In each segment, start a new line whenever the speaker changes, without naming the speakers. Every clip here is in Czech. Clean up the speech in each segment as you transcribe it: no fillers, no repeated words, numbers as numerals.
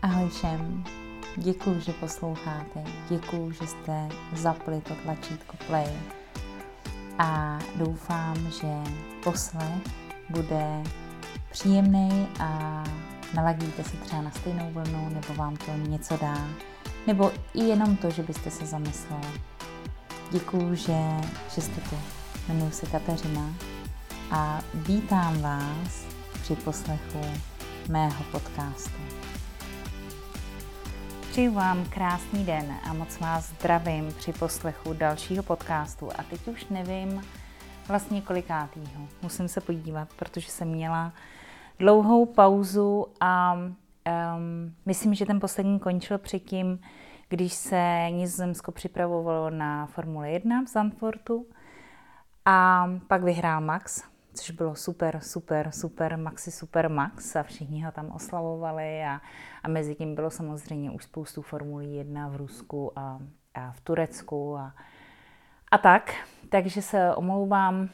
Ahoj všem, děkuju, že posloucháte, děkuju, že jste zapli to tlačítko play a doufám, že poslech bude příjemný a naladíte se třeba na stejnou vlnu, nebo vám to něco dá, nebo i jenom to, že byste se zamysleli. Děkuju, že jste tu. Jmenuji se Kateřina a vítám vás při poslechu mého podcastu. Přeju vám krásný den a moc vás zdravím při poslechu dalšího podcastu. A teď už nevím vlastně kolikátýho. Musím se podívat, protože jsem měla dlouhou pauzu a myslím, že ten poslední končil předtím, když se Nizozemsko připravovalo na Formule 1 v Zandvoortu a pak vyhrál Max, což bylo super Max a všichni ho tam oslavovali a mezi tím bylo samozřejmě už spoustu Formulí 1 v Rusku a v Turecku a tak. Takže se omlouvám,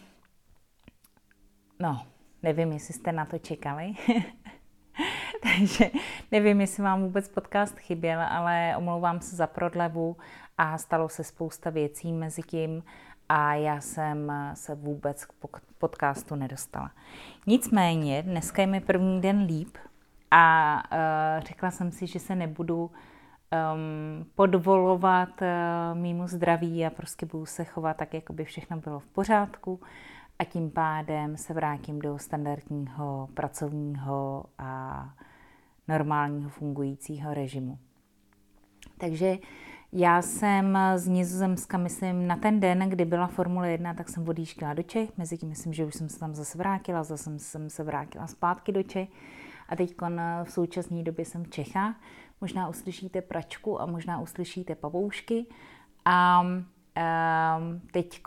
nevím, jestli jste na to čekali, takže nevím, jestli vám vůbec podcast chyběl, ale omlouvám se za prodlevu a stalo se spousta věcí mezi tím a já jsem se vůbec k podcastu nedostala. Nicméně, dneska je mi první den líp a řekla jsem si, že se nebudu podvolovat mýmu zdraví a prostě budu se chovat tak, jako by všechno bylo v pořádku a tím pádem se vrátím do standardního pracovního a normálního fungujícího režimu. Takže já jsem z Nizozemska, myslím, na ten den, kdy byla Formule 1, tak jsem odjížděla do Čech. Mezitím myslím, že už jsem se tam zase vrátila, zase jsem se vrátila zpátky do Čech. A teď v současné době jsem v Čechách. Možná uslyšíte pračku a možná uslyšíte pavoušky. A teď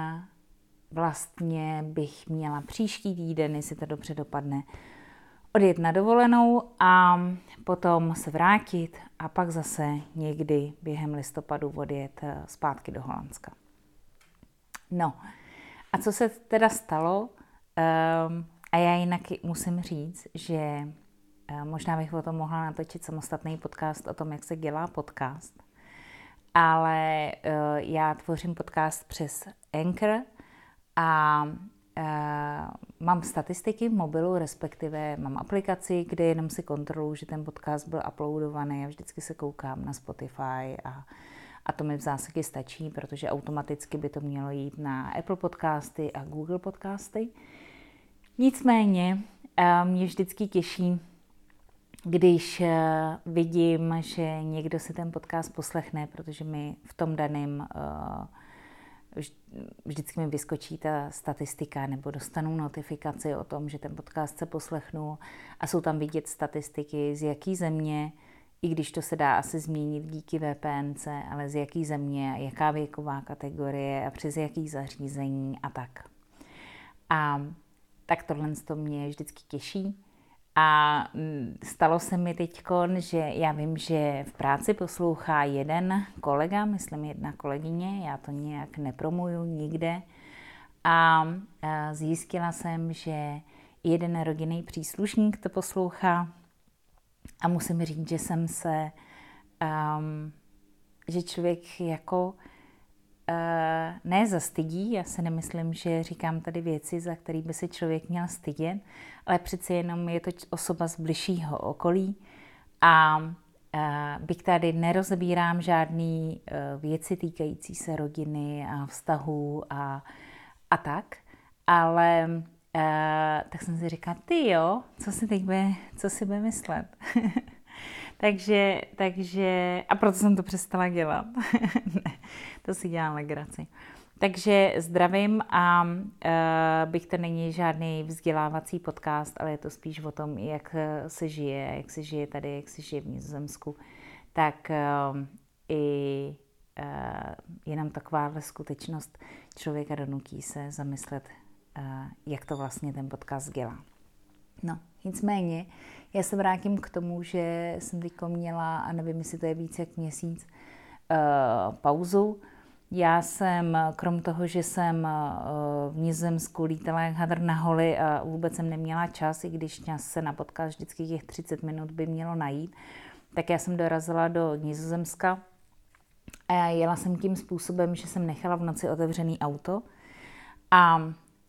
vlastně bych měla příští týden, jestli to dobře dopadne, odjet na dovolenou a potom se vrátit a pak zase někdy během listopadu odjet zpátky do Holandska. No a co se teda stalo? A já jinak musím říct, že možná bych o tom mohla natočit samostatný podcast o tom, jak se dělá podcast, ale já tvořím podcast přes Anchor a mám statistiky v mobilu, respektive mám aplikaci, kde jenom si kontroluji, že ten podcast byl uploadovaný a vždycky se koukám na Spotify a to mi v zásadě stačí, protože automaticky by to mělo jít na Apple podcasty a Google podcasty. Nicméně mě vždycky těší, když vidím, že někdo si ten podcast poslechne, protože mi v tom daném vždycky mi vyskočí ta statistika nebo dostanu notifikaci o tom, že ten podcast se poslechnul a jsou tam vidět statistiky z jaký země, i když to se dá asi změnit díky VPNce, ale z jaký země, jaká věková kategorie a přes jaký zařízení a tak. A tak tohle to mě vždycky těší. A stalo se mi teďkon, že já vím, že v práci poslouchá jeden kolega, myslím jedna kolegyně, já to nějak nepromuju nikde. A zjistila jsem, že jeden rodinný příslušník to poslouchá a musím říct, že jsem se, že člověk jako ne zastydí, já si nemyslím, že říkám tady věci, za které by se člověk měl stydět, ale přeci jenom je to osoba z bližšího okolí a byť tady nerozebírám žádné věci týkající se rodiny a vztahů a tak, ale tak jsem si říkala, ty jo, co si bude myslet. Takže, a proto jsem to přestala dělat. Ne, to si dělám legraci. Takže zdravím a byť to není žádný vzdělávací podcast, ale je to spíš o tom, jak se žije tady, jak se žije v Nizozemsku, tak i jenom takováhle skutečnost člověka donutí se zamyslet, jak to vlastně ten podcast dělá. No, nicméně, já se vrátím k tomu, že jsem teď měla, a nevím, jestli to je víc jak měsíc, pauzu. Já jsem, krom toho, že jsem v Nizozemsku lítala jak hadr na holi a vůbec jsem neměla čas, i když čas se na podcast vždycky těch 30 minut by mělo najít, tak já jsem dorazila do Nizozemska a jela jsem tím způsobem, že jsem nechala v noci otevřený auto a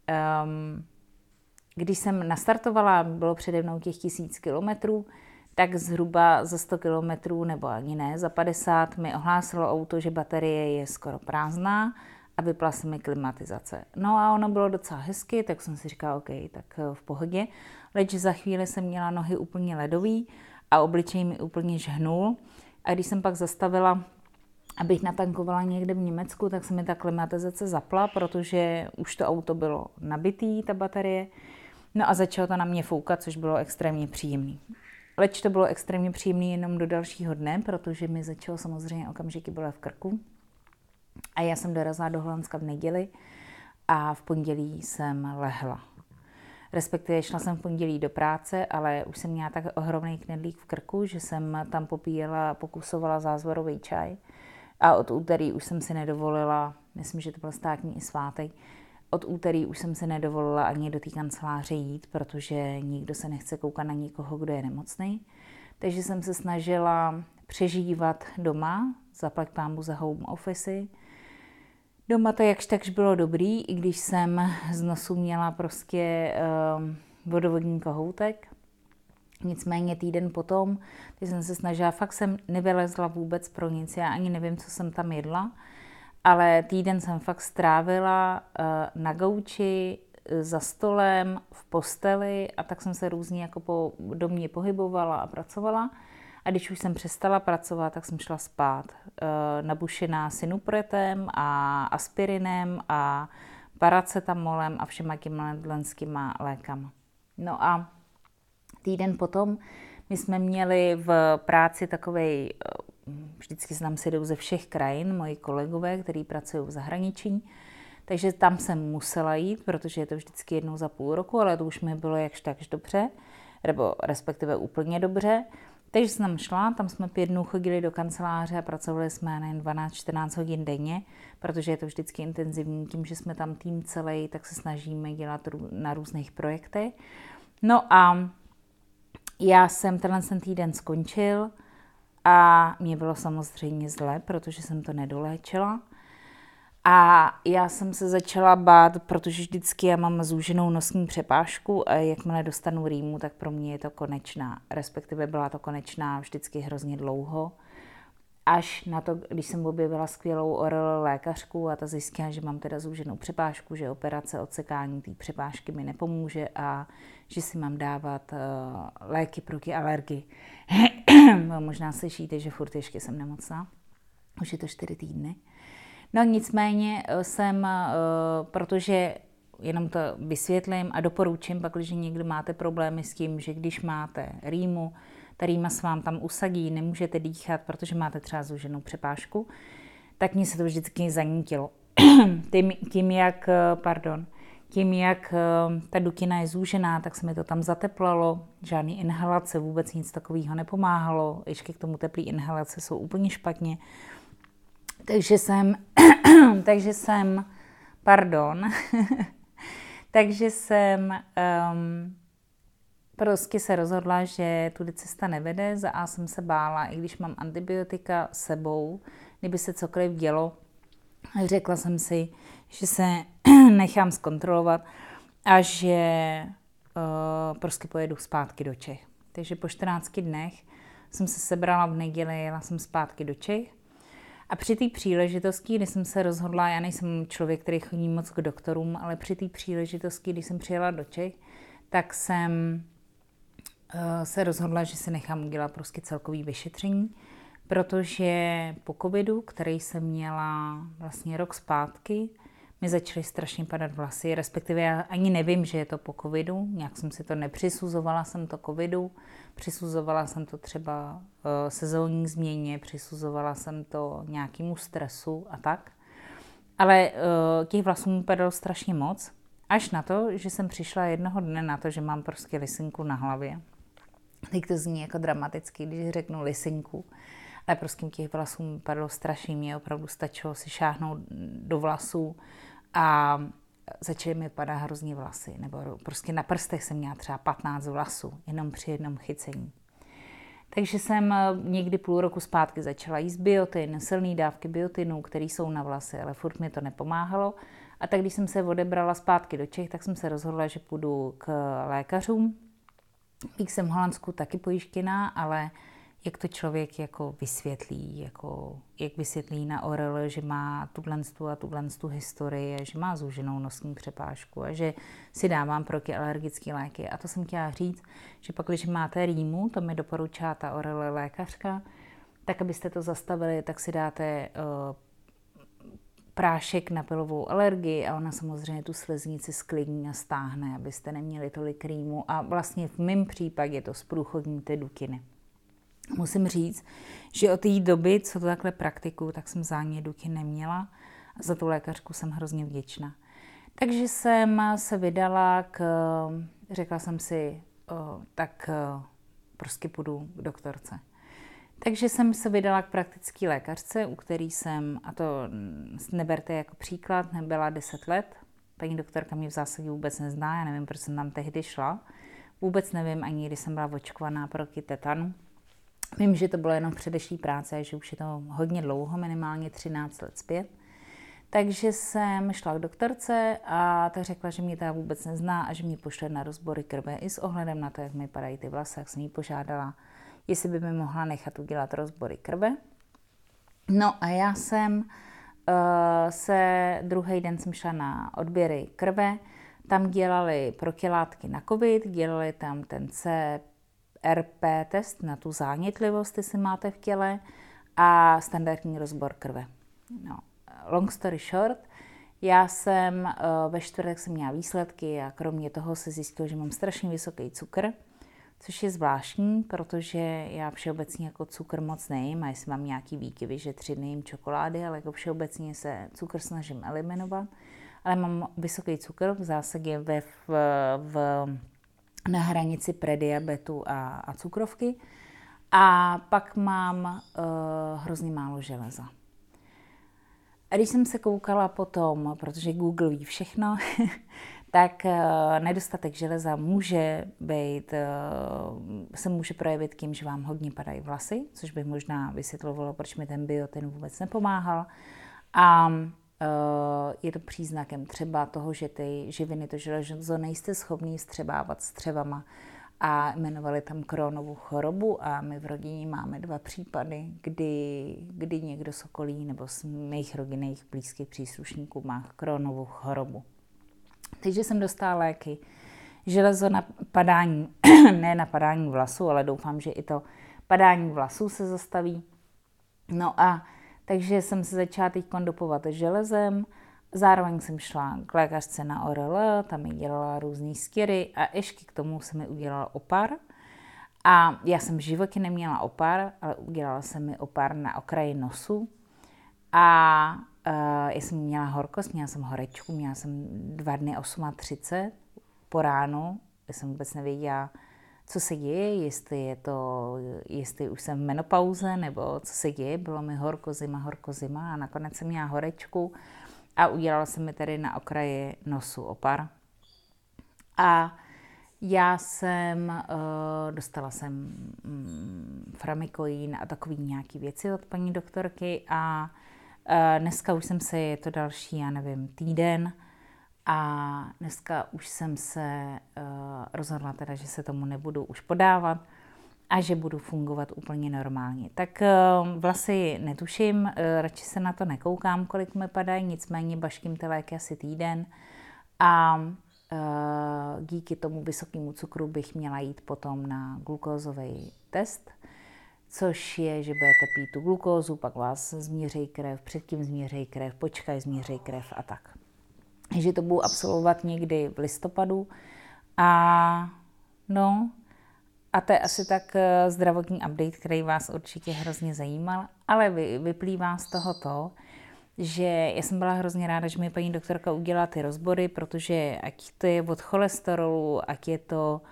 když jsem nastartovala, bylo přede mnou těch 1000 kilometrů, tak zhruba za 100 kilometrů, nebo ani ne, za 50 mi ohlásilo auto, že baterie je skoro prázdná a vypla se mi klimatizace. No a ono bylo docela hezky, tak jsem si říkala, OK, tak v pohodě. Leč za chvíli jsem měla nohy úplně ledový a obličej mi úplně žhnul. A když jsem pak zastavila, abych natankovala někde v Německu, tak se mi ta klimatizace zapla, protože už to auto bylo nabitý, ta baterie. No a začalo to na mě foukat, což bylo extrémně příjemný. Leč to bylo extrémně příjemný jenom do dalšího dne, protože mi začalo samozřejmě okamžiky bolet v krku. A já jsem dorazila do Holandska v neděli a v pondělí jsem lehla. Respektive šla jsem v pondělí do práce, ale už jsem měla tak ohromný knedlík v krku, že jsem tam pokusovala zázvorový čaj. A od úterý už jsem si nedovolila, myslím, že to byl státní i svátek, od úterý už jsem si nedovolila ani do té kanceláře jít, protože nikdo se nechce koukat na nikoho, kdo je nemocný. Takže jsem se snažila přežívat doma, zaplať pánbu za home office. Doma to jakž takž bylo dobrý, i když jsem z nosu měla prostě vodovodní kohoutek. Nicméně týden potom, když jsem se snažila, fakt jsem nevylezla vůbec pro nic, já ani nevím, co jsem tam jedla, ale týden jsem fakt strávila na gauči, za stolem, v posteli a tak jsem se různě jako po domě pohybovala a pracovala. A když už jsem přestala pracovat, tak jsem šla spát. Nabušená sinupretem a aspirinem a paracetamolem a všema těmhlenskýma lékama. No a týden potom my jsme měli v práci takovej, vždycky se tam sedou ze všech krajin, moji kolegové, kteří pracují v zahraničí, takže tam jsem musela jít, protože je to vždycky jednou za půl roku, ale to už mi bylo jakž takž dobře, nebo respektive úplně dobře. Takže jsem tam šla, tam jsme 5 dnů chodili do kanceláře a pracovali jsme nejen 12-14 hodin denně, protože je to vždycky intenzivní, tím, že jsme tam tým celý, tak se snažíme dělat na různých projektech. No a já jsem ten týden skončil a mě bylo samozřejmě zle, protože jsem to nedoléčila. A já jsem se začala bát, protože vždycky já mám zúženou nosní přepážku a jakmile dostanu rýmu, tak pro mě je to konečná. Respektive byla to konečná vždycky hrozně dlouho. Až na to, když jsem objevila skvělou oral lékařku a ta zjistila, že mám teda zúženou přepážku, že operace odsekání té přepážky mi nepomůže a že si mám dávat léky proti alergii. Možná slyšíte, že furt ještě jsem nemocná. Už je to 4 týdny. No nicméně jsem, protože jenom to vysvětlím a doporučím, pak, když někdo máte problémy s tím, že když máte rýmu, ta rýma se vám tam usadí, nemůžete dýchat, protože máte třeba zúženou přepážku, tak mně se to vždycky zanítilo. Tím, jak ta dukina je zúžená, tak se mi to tam zateplalo, žádný inhalace, vůbec nic takového nepomáhalo, ještě k tomu teplý inhalace jsou úplně špatně. Takže jsem prostě se rozhodla, že tudy cesta nevede, za A jsem se bála, i když mám antibiotika s sebou, kdyby se cokoliv dělo, řekla jsem si, že se nechám zkontrolovat a že prostě pojedu zpátky do Čech. Takže po 14 dnech jsem se sebrala v neděli, jela jsem zpátky do Čech. A při té příležitosti, kdy jsem se rozhodla, já nejsem člověk, který chodí moc k doktorům, ale při té příležitosti, kdy jsem přijela do Čech, tak jsem se rozhodla, že si nechám udělat prostě celkový vyšetření, protože po covidu, který jsem měla vlastně rok zpátky, mi začaly strašně padat vlasy, respektive já ani nevím, že je to po covidu, nějak jsem si to nepřisuzovala jsem to covidu, přisuzovala jsem to třeba sezónní změně, přisuzovala jsem to nějakému stresu a tak. Ale těch vlasů mi padalo strašně moc, až na to, že jsem přišla jednoho dne na to, že mám prostě lisinku na hlavě. Teď to zní jako dramaticky, když řeknu lisinku, ale prostě těch vlasů mi padalo strašně, mě opravdu stačilo si šáhnout do vlasů a začaly mi padat hrozně vlasy, nebo prostě na prstech jsem měla třeba 15 vlasů, jenom při jednom chycení. Takže jsem někdy půl roku zpátky začala jíst biotin, silné dávky biotinu, které jsou na vlasy, ale furt mi to nepomáhalo. A tak když jsem se odebrala zpátky do Čech, tak jsem se rozhodla, že půjdu k lékařům. Víc jsem v Holandsku taky pojištěná, ale jak to člověk jako vysvětlí, jako jak vysvětlí na ORL, že má tuto historii, že má zúženou nosní přepážku a že si dávám protialergické léky. A to jsem chtěla říct, že pak, když máte rýmu, to mi doporučila ta ORL lékařka, tak abyste to zastavili, tak si dáte prášek na pilovou alergii a ona samozřejmě tu sliznici sklidní a stáhne, abyste neměli tolik rýmu. A vlastně v mém případě to zprůchodní ty dukiny. Musím říct, že od té doby, co to takhle praktikuju, tak jsem záněduky neměla a za tu lékařku jsem hrozně vděčná. Takže jsem se vydala řekla jsem si, prostě půjdu k doktorce. Takže jsem se vydala k praktické lékařce, u který jsem, a to neberte jako příklad, nebyla 10 let. Paní doktorka mě v zásadě vůbec nezná, já nevím, proč jsem tam tehdy šla. Vůbec nevím ani, kdy jsem byla očkovaná proti tetanu. Vím, že to bylo jenom v předešlý práce, že už je to hodně dlouho, minimálně 13 let zpět. Takže jsem šla k doktorce a ta řekla, že mě ta vůbec nezná a že mě pošle na rozbory krve i s ohledem na to, jak mi padají ty vlasy, jak jsem jí požádala, jestli by mi mohla nechat udělat rozbory krve. No a já jsem druhý den jsem šla na odběry krve, tam dělali protilátky na covid, dělali tam ten CRP test na tu zánětlivost, jestli máte v těle, a standardní rozbor krve. No, long story short, já jsem ve čtvrtek jsem měla výsledky a kromě toho se zjistilo, že mám strašně vysoký cukr, což je zvláštní, protože já všeobecně jako cukr moc nejím a jestli mám nějaký výkyvy, že 3 dny jím čokolády, ale jako všeobecně se cukr snažím eliminovat. Ale mám vysoký cukr v zásadě na hranici prediabetu a cukrovky a pak mám hrozně málo železa. A když jsem se koukala potom, protože Google ví všechno, tak nedostatek železa se může projevit tím, že vám hodně padají vlasy, což by možná vysvětlovalo, proč mi ten biotin vůbec nepomáhal. A je to příznakem třeba toho, že ty živiny, to železo nejste schopný vstřebávat střevama a jmenovali tam Crohnovu chorobu a my v rodině máme 2 případy, kdy někdo z okolí nebo z mých rodinných blízkých příslušníků má Crohnovu chorobu. Takže jsem dostala léky. Železo na padání, ne na padání vlasů, ale doufám, že i to padání vlasů se zastaví. No a takže jsem se začala teď dopovat železem, zároveň jsem šla k lékařce na ORL, tam mi dělala různý stěry a ještě k tomu se mi udělala opar. A já jsem v životě neměla opar, ale udělala se mi opar na okraji nosu. A já jsem měla horkost, měla jsem horečku, měla jsem 2 dny 38 po ránu, já jsem vůbec nevěděla, co se děje, jestli už jsem v menopauze, nebo co se děje, bylo mi horko zima a nakonec jsem měla horečku a udělala se mi tady na okraji nosu opar. A já dostala jsem framikoin a takový nějaký věci od paní doktorky a dneska už jsem se, je to další, já nevím, týden a dneska už jsem se rozhodla teda, že se tomu nebudu už podávat a že budu fungovat úplně normálně. Tak vlasy netuším, radši se na to nekoukám, kolik mi padají, nicméně baškím ty léky asi týden a díky tomu vysokému cukru bych měla jít potom na glukózový test, což je, že budete pít tu glukózu, pak vás změří krev, předtím změří krev, počkají, změří krev a tak. Takže to budu absolvovat někdy v listopadu a to je asi tak zdravotní update, který vás určitě hrozně zajímal, ale vyplývá z toho to, že já jsem byla hrozně ráda, že mi paní doktorka udělala ty rozbory, protože ať to je od cholesterolu, ať je to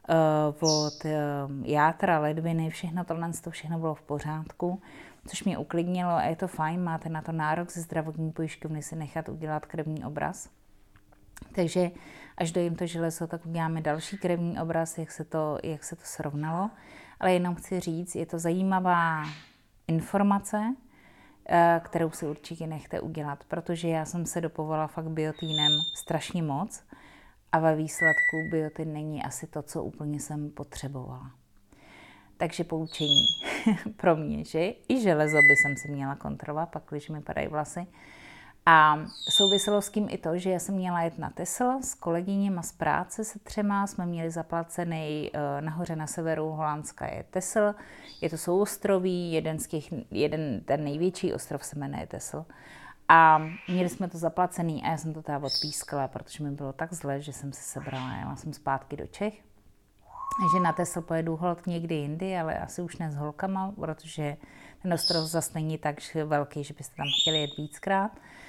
od játra, ledviny, všechno bylo v pořádku, což mě uklidnilo a je to fajn, máte na to nárok ze zdravotní pojišťovny si nechat udělat krevní obraz. Takže až dojím to železo, tak uděláme další krevní obraz, jak se to srovnalo. Ale jenom chci říct, je to zajímavá informace, kterou si určitě nechte udělat, protože já jsem se dopovala fakt biotínem strašně moc a ve výsledku biotin není asi to, co úplně jsem potřebovala. Takže poučení pro mě, že i železo by jsem si měla kontrolovat, pak když mi padají vlasy. A souviselo s tím i to, že já jsem měla jet na Texel s kolegyněma z práce se 3, jsme měli zaplacený nahoře na severu Holandska je Texel, je to souostroví, ten největší ostrov se jmenuje Texel. A měli jsme to zaplacený a já jsem to teda odpískala, protože mi bylo tak zle, že jsem se sebrala, jela jsem zpátky do Čech. Že na Texel pojedu holt někdy jindy, ale asi už ne s holkama, protože ten ostrov zase není tak velký, že byste tam chtěli jet víckrát.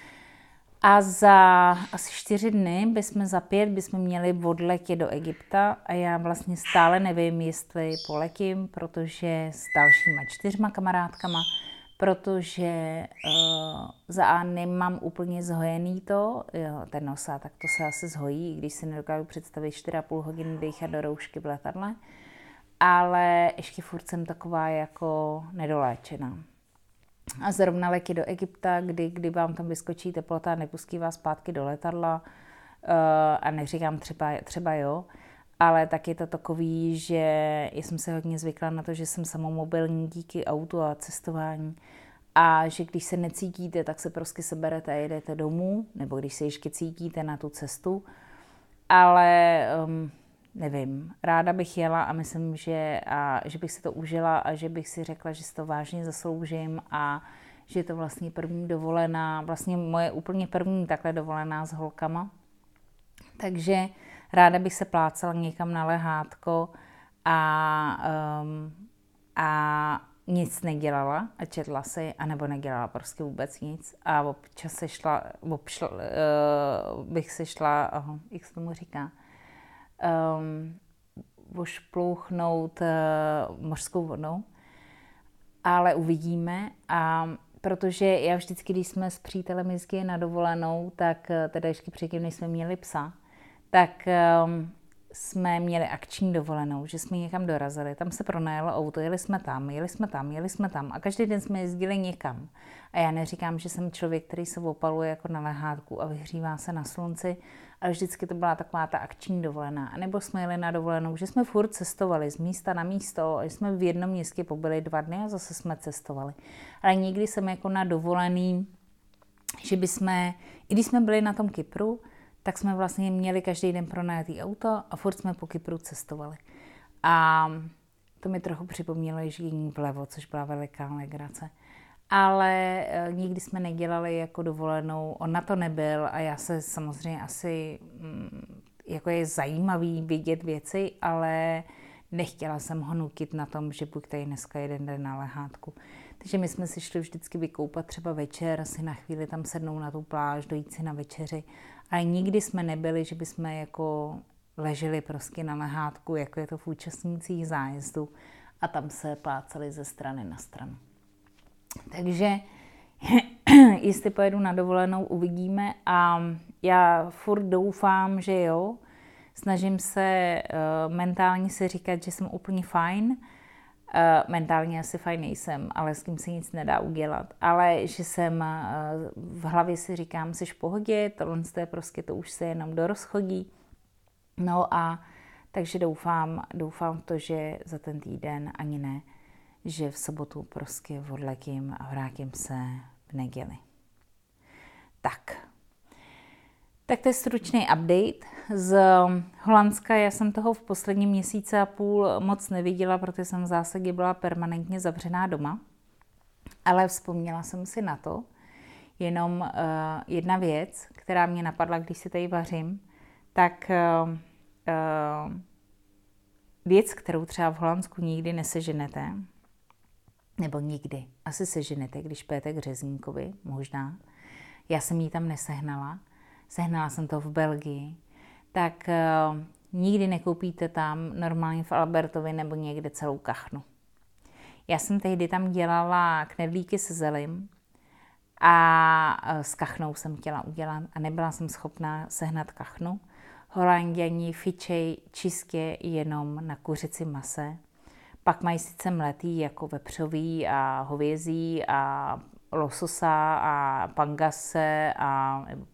A za asi 4 dny, za 5 bychom měli odletět do Egypta a já vlastně stále nevím, jestli poletím, protože s dalšíma 4 kamarádkama, protože za A nemám úplně zhojený ten nosa, tak to se asi zhojí, když si nedokážu představit 4,5 hodiny dýchat do roušky v letadle, ale ještě furt jsem taková jako nedoléčená. A zrovna leky do Egypta, kdy vám tam vyskočí teplota a nepustí vás zpátky do letadla, a neříkám třeba jo, ale tak je to takový, že jsem se hodně zvykla na to, že jsem samomobilní díky autu a cestování a že když se necítíte, tak se prostě seberete a jedete domů, nebo když se ještě cítíte na tu cestu, ale nevím, ráda bych jela a myslím, že bych si to užila a že bych si řekla, že si to vážně zasloužím a že je to vlastně první dovolená, vlastně moje úplně první takhle dovolená s holkama. Takže ráda bych se plácala někam na lehátko a nic nedělala a četla si, anebo nedělala prostě vůbec nic a občas bych se šla, jak se tomu říká, ošplouchnout mořskou vodou, ale uvidíme. A protože já vždycky, když jsme s přítelem jezdili na dovolenou, tak teda ještě předtím, než jsme měli psa, tak jsme měli akční dovolenou, že jsme někam dorazili, tam se pronajalo auto, jeli jsme tam a každý den jsme jezdili někam. A já neříkám, že jsem člověk, který se opaluje jako na lehátku a vyhřívá se na slunci, ale vždycky to byla taková ta akční dovolená. A nebo jsme jeli na dovolenou, že jsme furt cestovali z místa na místo, a jsme v jednom městě pobyli 2 dny a zase jsme cestovali. Ale nikdy jsem jako na dovolený, že i když jsme byli na tom Kypru, tak jsme vlastně měli každý den pronajatý auto a furt jsme po Kypru cestovali. A to mi trochu připomnělo ježdění vlevo, což byla veliká legrace. Ale nikdy jsme nedělali jako dovolenou, on na to nebyl a já se samozřejmě asi, jako je zajímavý vidět věci, ale nechtěla jsem ho nutit na tom, že buď tady dneska jeden den na lehátku. Takže my jsme si šli vždycky vykoupat třeba večer, si na chvíli tam sednout na tu pláž, dojít si na večeři. Ale nikdy jsme nebyli, že bychom jako leželi prostě na lehátku, jako je to v účastnících zájezdu a tam se plácali ze strany na stranu. Takže jestli pojedu na dovolenou, uvidíme a já furt doufám, že jo. Snažím se mentálně si říkat, že jsem úplně fajn. Mentálně asi fajn nejsem, ale s tím se nic nedá udělat. Ale že jsem v hlavě si říkám, jsi v pohodě, tohle je prostě, to už se jenom dorozchodí. No a takže doufám v to, že za ten týden ani ne, že v sobotu prostě odletím a vrátím se v neděli. Tak to je stručný update z Holandska. Já jsem toho v posledním měsíci a půl moc neviděla, protože jsem v zásadě byla permanentně zavřená doma. Ale vzpomněla jsem si na to, jenom jedna věc, která mě napadla, když si tady vařím, tak věc, kterou třeba v Holandsku nikdy neseženete, nebo nikdy, asi seženete, když pijete k řezníkovi, možná. Já jsem ji tam nesehnala. Sehnala jsem to v Belgii, tak nikdy nekoupíte tam normálně v Albertovi nebo někde celou kachnu. Já jsem tehdy tam dělala knedlíky se zelím a s kachnou jsem chtěla udělat a nebyla jsem schopná sehnat kachnu. Holanděni fičej čistě jenom na kuřecí mase. Pak mají sice mletý jako vepřový a hovězí a lososa a pangase a nebo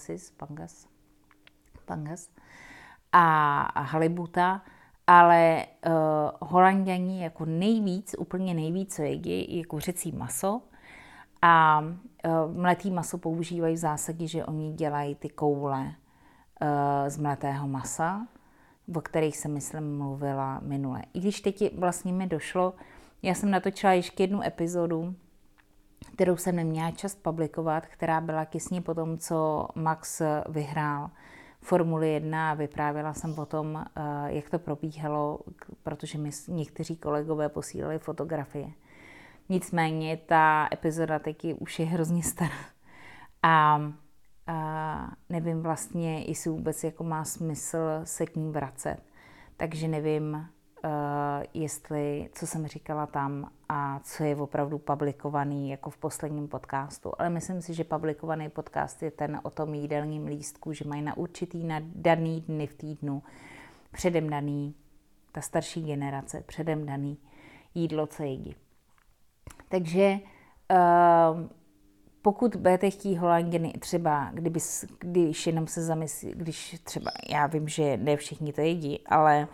pangas a halibuta, ale Holanďani jako nejvíc, úplně nejvíc, co jedí, je kuřecí maso a mletý maso používají v zásadě, že oni dělají ty koule z mletého masa, o kterých jsem, myslím, mluvila minule. I když teď vlastně mi došlo, já jsem natočila ještě jednu epizodu, kterou jsem neměla čas publikovat, která byla těsně po tom, co Max vyhrál Formuli 1 a vyprávěla jsem o tom, jak to probíhalo, protože mi někteří kolegové posílali fotografie. Nicméně ta epizoda teď už je hrozně stará a nevím vlastně, jestli vůbec jako má smysl se k ní vracet. Takže nevím, jestli, co jsem říkala tam a co je opravdu publikovaný jako v posledním podcastu. Ale myslím si, že publikovaný podcast je ten o tom jídelním lístku, že mají na určitý na daný dny v týdnu předem daný, ta starší generace, předem daný jídlo, co jedí. Takže pokud budete chtít Holanděny, třeba když jenom se zamyslí, když třeba, já vím, že ne všichni to jedí, ale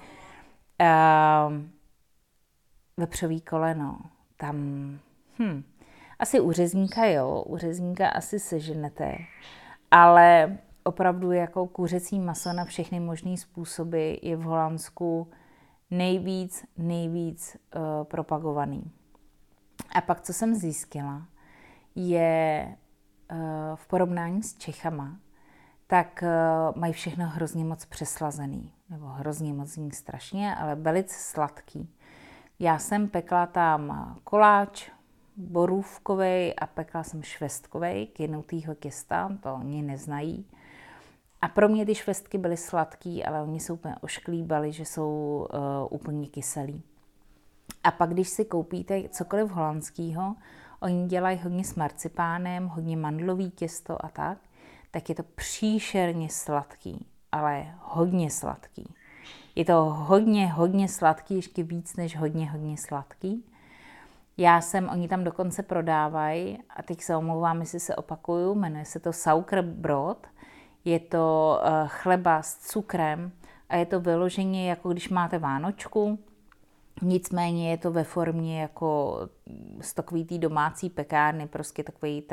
vepřový koleno, tam, asi u řezníka jo, u řezníka asi seženete, ale opravdu jako kuřecí maso na všechny možné způsoby je v Holandsku nejvíc propagovaný. A pak, co jsem zjistila, je v porovnání s Čechama, tak mají všechno hrozně moc přeslazený. Nebo hrozně moc zní strašně, ale velice sladký. Já jsem pekla tam koláč borůvkovej a pekla jsem švestkovej, kynutýho těsta, to oni neznají. A pro mě ty švestky byly sladký, ale oni se úplně ošklíbali, že jsou úplně kyselý. A pak, když si koupíte cokoliv holandského, oni dělají hodně s marcipánem, hodně mandlový těsto a tak je to příšerně sladký, ale hodně sladký. Je to hodně sladký, ještě víc než hodně sladký. Oni tam dokonce prodávají, a teď se omlouvám, jestli se opakuju, jmenuje se to Sauerbrot. Je to chleba s cukrem a je to vyloženě jako když máte vánočku, nicméně je to ve formě jako z takový té domácí pekárny, prostě takový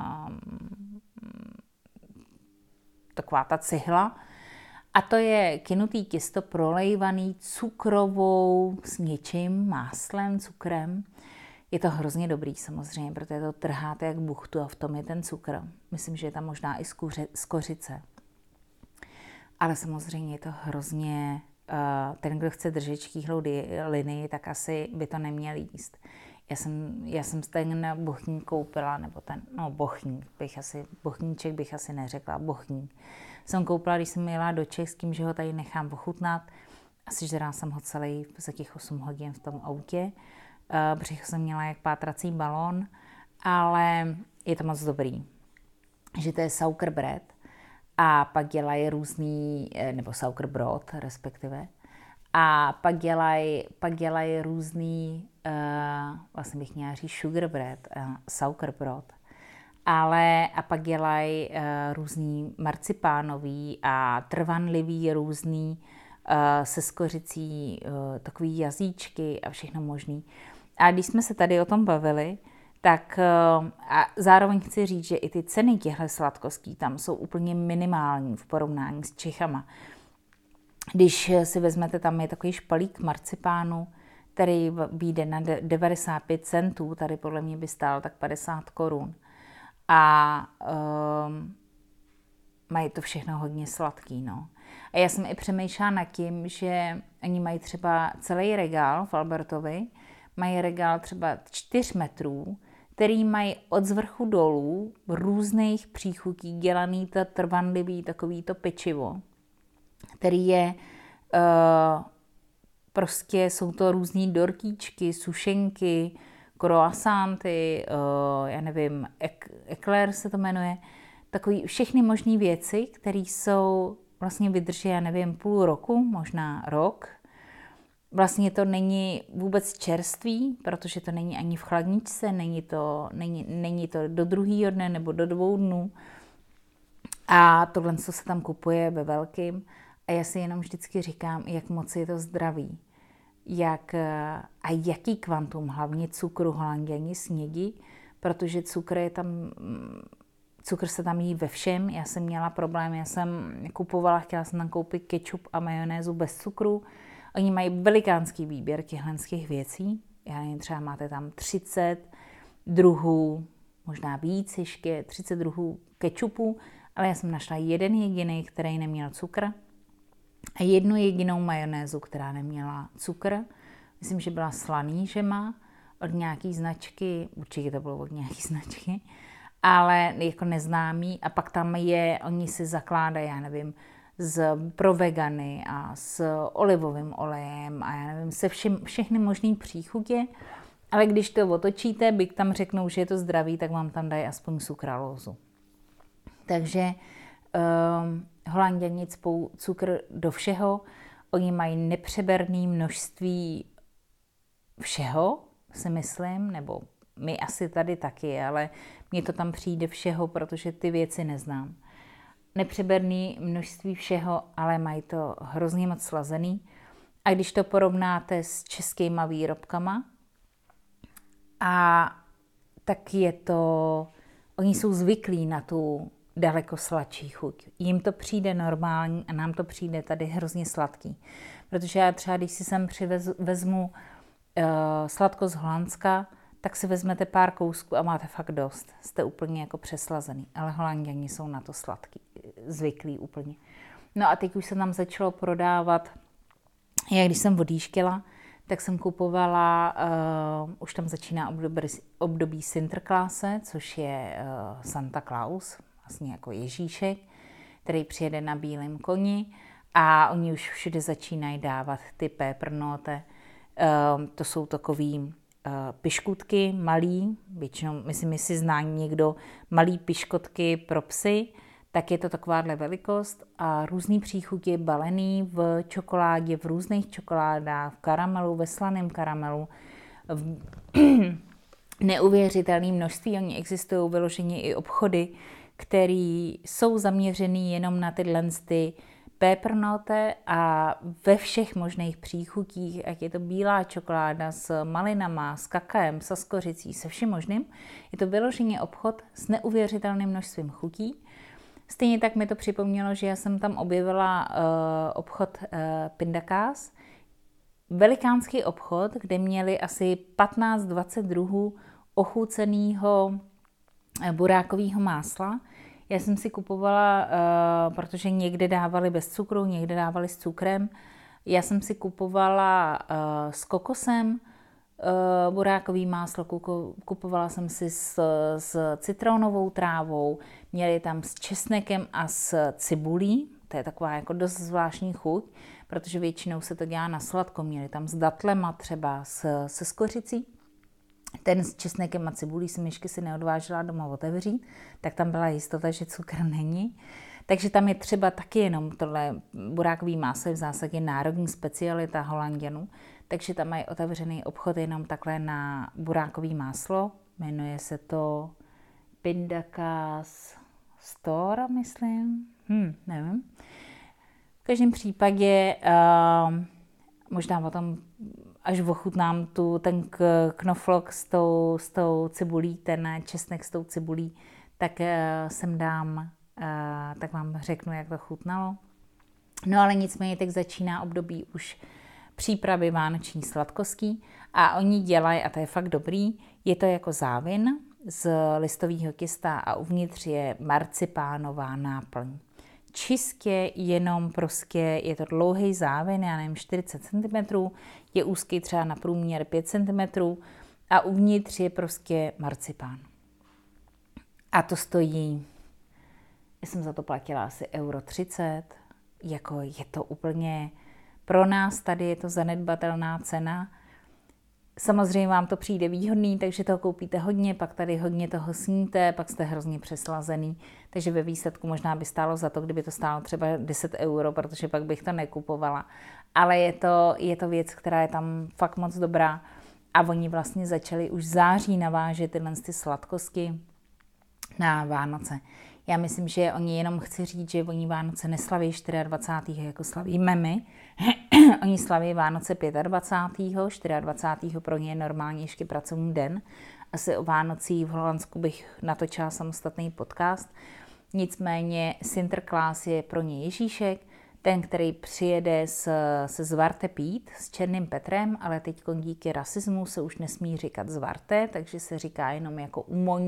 taková ta cihla. A to je kynutý těsto prolejvaný cukrovou s něčím, máslem, cukrem. Je to hrozně dobrý samozřejmě, protože to trháte jak buchtu a v tom je ten cukr. Myslím, že je tam možná i z kořice. Ale samozřejmě je to hrozně... Ten, kdo chce držet štíhlou linii, tak asi by to neměl jíst. Já jsem ten bochník koupila, nebo bochníček bych asi neřekla, bochník. Jsem koupila, když jsem jela do Čech s tím, že ho tady nechám ochutnat. Asi žrala jsem ho celý za těch 8 hodin v tom autě. Břicho jsem měla jak pátrací balón, ale je to moc dobrý. Že to je Sauerbrot a pak dělají různý, nebo Sauerbrot respektive, a pak dělají různý, vlastně bych měla říct sugarbrot, Sauerbrot, a pak dělají různý marcipánový a trvanlivý různý se skořicí, takový jazyčky a všechno možný. A když jsme se tady o tom bavili, tak a zároveň chci říct, že i ty ceny těchto sladkostí tam jsou úplně minimální v porovnání s Čechama. Když si vezmete, tam je takový špalík marcipánu, který vyjde na 95 centů, tady podle mě by stál tak 50 korun. A mají to všechno hodně sladký, no. A já jsem i přemýšlela nad tím, že oni mají třeba celý regál v Albertovi, mají regál třeba 4 metrů, který mají od zvrchu dolů různých příchutí dělaný to trvanlivý takovýto pečivo, který je prostě jsou to různý dortíčky, sušenky, croissanty, já nevím, eclair se to jmenuje, takový všechny možné věci, které jsou vlastně vydrží, já nevím, půl roku, možná rok. Vlastně to není vůbec čerstvý, protože to není ani v chladničce, není to do druhého dne nebo do 2 dnů. A tohle se tam kupuje ve velkým. A já si jenom vždycky říkám, jak moc je to zdravý. A jaký kvantum, hlavně cukru, holanděni snědí, protože cukr se tam jí ve všem. Já jsem měla problém, chtěla jsem tam koupit kečup a majonézu bez cukru. Oni mají velikánský výběr těchto věcí. Já nevím, třeba máte tam 30 druhů, možná víc ještě, 30 druhů kečupu, ale já jsem našla jeden jediný, který neměl cukr a jednu jedinou majonézu, která neměla cukr. Myslím, že byla slaný, že má od nějaký značky, určitě to bylo od nějaký značky, ale jako neznámý. A pak tam oni si zakládají, já nevím, pro vegany a s olivovým olejem a já nevím, všechny možný příchutě. Ale když to otočíte, byť tam řeknou, že je to zdravý, tak vám tam dají aspoň sukralózu. Takže Holanděni cpou cukr do všeho. Oni mají nepřeberné množství všeho, si myslím, nebo my asi tady taky, ale mně to tam přijde všeho, protože ty věci neznám. Nepřeberné množství všeho, ale mají to hrozně moc slazený. A když to porovnáte s českýma výrobkama, tak oni jsou zvyklí na tu daleko sladší chuť. Jim to přijde normální a nám to přijde tady hrozně sladký. Protože já třeba, když si sem vezmu sladko z Holandska, tak si vezmete pár kousků a máte fakt dost. Jste úplně jako přeslazený. Ale Holanděni jsou na to sladký, zvyklí úplně. No a teď už se tam začalo prodávat, já když jsem odjížděla, tak jsem kupovala, už tam začíná období Sinterklaase, což je Santa Claus, vlastně jako Ježíšek, který přijede na bílém koni a oni už všude začínají dávat ty péprnote. To jsou takový piškutky malý, většinou, myslím, jestli zná někdo malý piškotky pro psy, tak je to takováhle velikost a různý příchutě balený v čokoládě, v různých čokoládách, v karamelu, ve slaném karamelu, v neuvěřitelné množství. Oni existují vyloženě i obchody, které jsou zaměřený jenom na tyhle péprnote a ve všech možných příchutích, ať je to bílá čokoláda s malinama, s kakaem, se skořicí, se vším možným. Je to vyloženě obchod s neuvěřitelným množstvím chutí. Stejně tak mi to připomnělo, že já jsem tam objevila obchod Pindakaas, velikánský obchod, kde měli asi 15-20 druhů ochuceného burákového másla. Já jsem si kupovala, protože někde dávali bez cukru, někde dávali s cukrem. Já jsem si kupovala s kokosem burákový máslo, kupovala jsem si s citronovou trávou, měli tam s česnekem a s cibulí. To je taková jako dost zvláštní chuť, protože většinou se to dělá na sladko. Měli tam s datlema třeba se skořicí. Ten s česnekem a cibulí jsem ještě si neodvážila doma otevřít, tak tam byla jistota, že cukr není. Takže tam je třeba taky jenom tohle burákový máslo, v zásadě národní specialita Holanděnů. Takže tam mají otevřený obchod jenom takhle na burákový máslo. Jmenuje se to Pindakaas Store, myslím. Nevím. V každém případě možná potom, až ochutnám ten knoflok s tou cibulí, ten česnek s tou cibulí, tak tak vám řeknu, jak to chutnalo. No ale nicméně teď začíná období už přípravy vánoční sladkostí a oni dělají, a to je fakt dobrý, je to jako závin z listového těsta a uvnitř je marcipánová náplň. Čistě jenom prostě je to dlouhý závin, já nevím, 40 cm, je úzký třeba na průměr 5 cm a uvnitř je prostě marcipán. A to stojí, já jsem za to platila asi €30, jako je to úplně, pro nás tady je to zanedbatelná cena. Samozřejmě vám to přijde výhodný, takže toho koupíte hodně, pak tady hodně toho sníte, pak jste hrozně přeslazený. Takže ve výsledku možná by stálo za to, kdyby to stálo třeba 10 €, protože pak bych to nekupovala. Ale je to věc, která je tam fakt moc dobrá. A oni vlastně začali už v září navážet tyhle sladkosti na Vánoce. Já myslím, že oni jenom chci říct, že oni Vánoce neslaví 24. jako slavíme my. Oni slaví Vánoce 25. 24. pro ně je normálně ještě pracovní den. Asi o Vánocích v Holandsku bych natočila samostatný podcast. Nicméně Sinterklaas je pro ně Ježíšek, ten, který přijede se Zwarte Piet, s Černým Petrem, ale teď díky rasismu se už nesmí říkat Zwarte, takže se říká jenom jako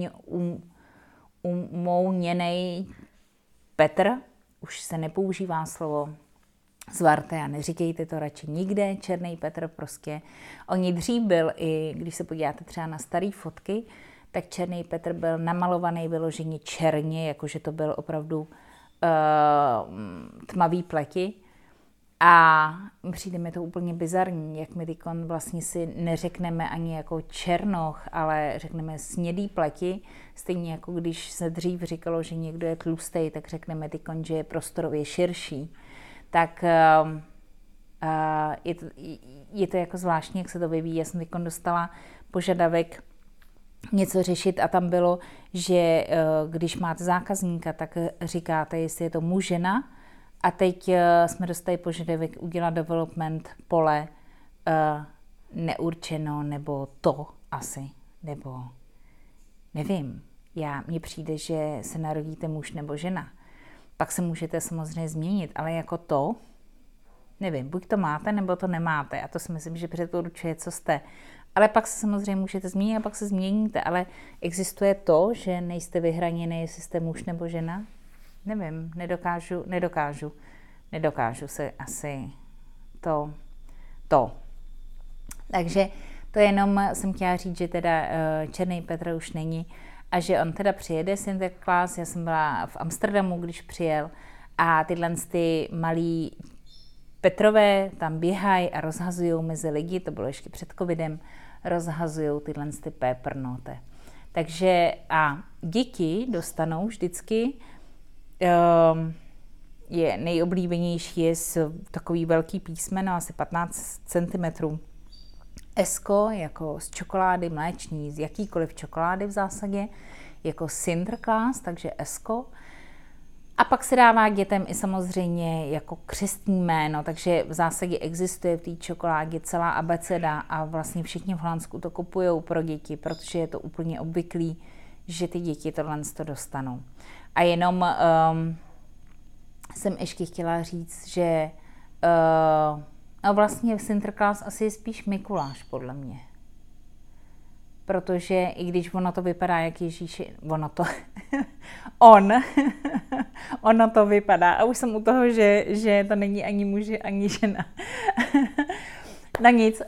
umouněnej Petr. Už se nepoužívá slovo Zwarte a neříkejte to radši nikde, Černý Petr prostě. Oni dřív byl i, když se podíváte třeba na staré fotky, tak Černý Petr byl namalovaný vyloženě černě, jakože to byl opravdu tmavý pleti. A přijde mi to úplně bizarní, jak my tykon vlastně si neřekneme ani jako černoch, ale řekneme snědý pleti, stejně jako když se dřív říkalo, že někdo je tlustý, tak řekneme tykon, že je prostorově širší. Tak je to jako zvláštní, jak se to vyvíjí. Já jsem tykon dostala požadavek něco řešit a tam bylo, že když máte zákazníka, tak říkáte, jestli je to muž, žena. A teď jsme dostali požadavek udělat development pole neurčeno, nebo to asi, nebo nevím. Mně přijde, že se narodíte muž nebo žena. Pak se můžete samozřejmě změnit, ale jako to, nevím, buď to máte, nebo to nemáte. A to si myslím, že předurčuje, co jste. Ale pak se samozřejmě můžete změnit a pak se změníte. Ale existuje to, že nejste vyhraněni, jestli jste muž nebo žena? Nevím, nedokážu se asi to. Takže to jenom jsem chtěla říct, že teda Černý Petr už není a že on teda přijede Sinterklaas. Já jsem byla v Amsterdamu, když přijel a tyhle ty malí Petrové tam běhají a rozhazují mezi lidi, to bylo ještě před covidem, rozhazují tyhle ty péprnote. Takže a děti dostanou vždycky je nejoblíbenější je takový velký písmeno, asi 15 cm. Esko, jako z čokolády mléční, z jakýkoliv čokolády v zásadě, jako Sinterklaas, takže Esko. A pak se dává dětem i samozřejmě jako křestní jméno, takže v zásadě existuje v té čokoládě celá abeceda a vlastně všichni v Holandsku to kupujou pro děti, protože je to úplně obvyklý, že ty děti tohle dostanou. A jenom jsem ještě chtěla říct, že vlastně Sinterklaas asi je spíš Mikuláš, podle mě. Protože i když ono to vypadá jak Ježíši, ono to vypadá. A už jsem u toho, že to není ani muž, ani žena. No nic,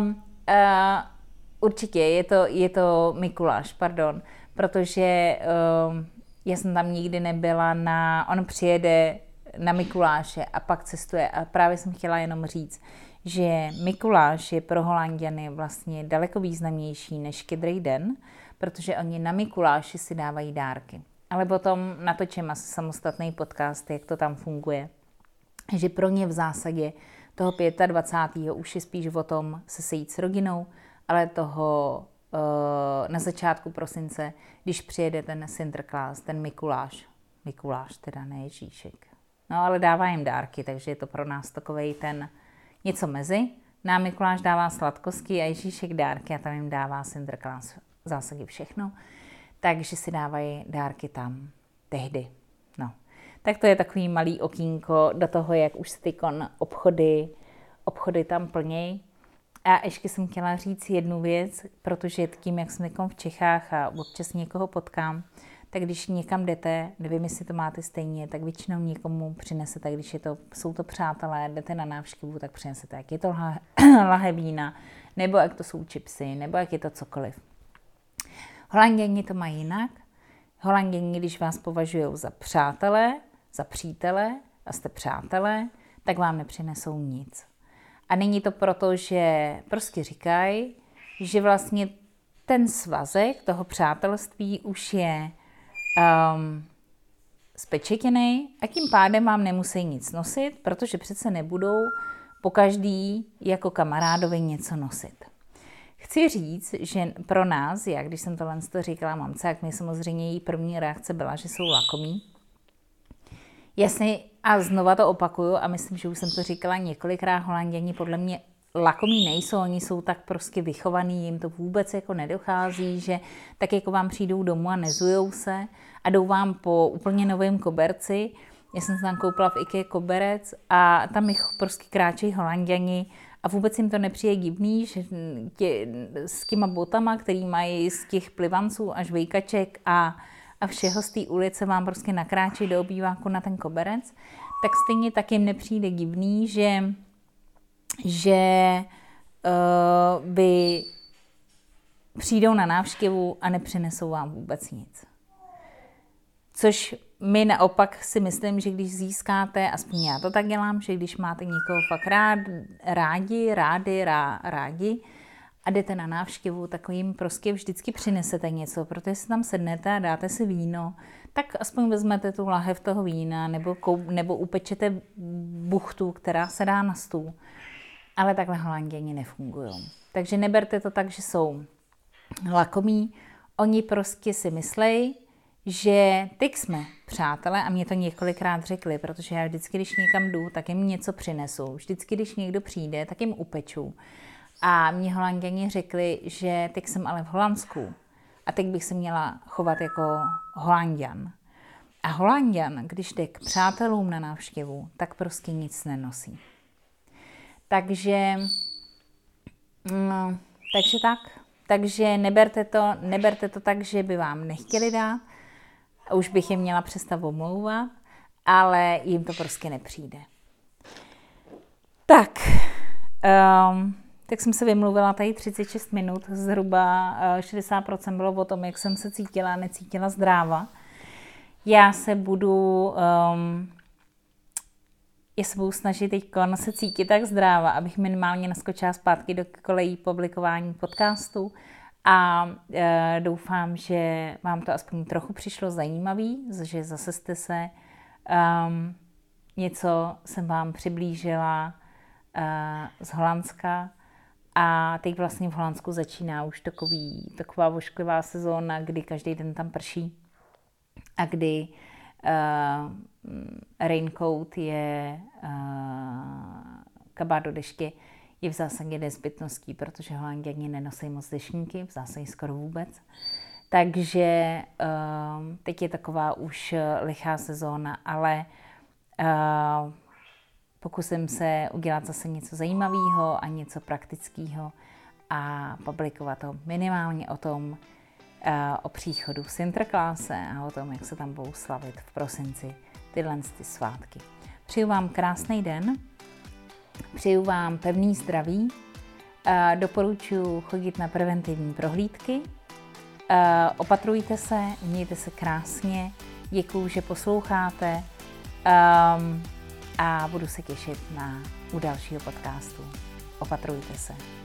určitě je to Mikuláš, pardon, protože já jsem tam nikdy nebyla on přijede na Mikuláše a pak cestuje a právě jsem chtěla jenom říct, že Mikuláš je pro Holanďany vlastně daleko významnější než Štědrý den, protože oni na Mikuláši si dávají dárky. Ale potom natočím asi samostatný podcast, jak to tam funguje. Že pro ně v zásadě toho 25. už je spíš o tom se sejít s rodinou, ale toho na začátku prosince, když přijede ten Sinterklaas, ten Mikuláš teda ne Ježíšek. No ale dává jim dárky, takže je to pro nás takovej ten něco mezi. Nám Mikuláš dává sladkosti a Ježíšek dárky a tam jim dává Sinterklaas v zásadě všechno. Takže si dávají dárky tam tehdy. No. Tak to je takový malý okýnko do toho, jak už se tykon obchody tam plnějí. A ještě jsem chtěla říct jednu věc, protože tím, jak jsem v Čechách a občas někoho potkám, tak když někam jdete, nevím, jestli to máte stejně, tak většinou někomu přinesete, když jsou to přátelé, jdete na návštěvu, tak přinesete, jak je to lahé vína, nebo jak to jsou chipsy, nebo jak je to cokoliv. Holanděni to mají jinak. Holanděni, když vás považují za přítele a jste přátelé, tak vám nepřinesou nic. A není to proto, že prostě říkají, že vlastně ten svazek toho přátelství už je spečetěnej a tím pádem vám nemusí nic nosit, protože přece nebudou po každý jako kamarádovi něco nosit. Chci říct, že pro nás, já když jsem tohle říkala mamce, jak mi samozřejmě její první reakce byla, že jsou lakomí. Jasně, a znova to opakuju a myslím, že už jsem to říkala několikrát, Holanděni podle mě lakomí nejsou, oni jsou tak prostě vychovaní, jim to vůbec jako nedochází, že tak jako vám přijdou domů a nezujou se a jdou vám po úplně novém koberci. Já jsem se tam koupila v IKEA koberec a tam jich prostě kráčejí Holanděni a vůbec jim to nepřijde divný, že s těma botama, který mají z těch plivanců až vejkaček a všeho z té ulice vám prostě nakráčí do obýváku na ten koberec, tak stejně tak jim nepřijde divný, že vy přijdou na návštěvu a nepřinesou vám vůbec nic. Což my naopak si myslím, že když získáte, aspoň já to tak dělám, že když máte někoho fakt rádi a jdete na návštěvu, tak jim prostě vždycky přinesete něco, protože si tam sednete a dáte si víno, tak aspoň vezmete tu lahev toho vína nebo upečete buchtu, která se dá na stůl. Ale takhle Holanděni nefungují. Takže neberte to tak, že jsou lakomí. Oni prostě si myslejí, že teď jsme přátelé a mě to několikrát řekli, protože já vždycky, když někam jdu, tak jim něco přinesu. Vždycky, když někdo přijde, tak jim upeču. A mě Holanděni řekli, že teď jsem ale v Holandsku a teď bych se měla chovat jako Holanďan. A Holanďan, když jde k přátelům na návštěvu, tak prostě nic nenosí. Takže tak. Takže neberte to tak, že by vám nechtěli dát. Už bych je měla přestat omlouvat, ale jim to prostě nepřijde. Tak jsem se vymluvila tady 36 minut, zhruba 60% bylo o tom, jak jsem se cítila a necítila zdráva. Já se budu snažit teď se cítit tak zdráva, abych minimálně naskočila zpátky do kolejí publikování podcastu a doufám, že vám to aspoň trochu přišlo zajímavý, že zase jste se něco jsem vám přiblížila z Holandska a teď vlastně v Holandsku začíná už taková ošklivá sezóna, kdy každý den tam prší a kdy raincoat je kabát do deště, je v zásadě nezbytností, protože Holanděni nenosí moc deštníky, v zásadě skoro vůbec. Takže teď je taková už lichá sezóna, ale pokusím se udělat zase něco zajímavého a něco praktického a publikovat to minimálně o příchodu v Sinterklaase a o tom, jak se tam budou slavit v prosinci tyhle svátky. Přeju vám krásný den, přeju vám pevný zdraví, doporučuji chodit na preventivní prohlídky, opatrujte se, mějte se krásně, děkuju, že posloucháte a budu se těšit u dalšího podcastu. Opatrujte se.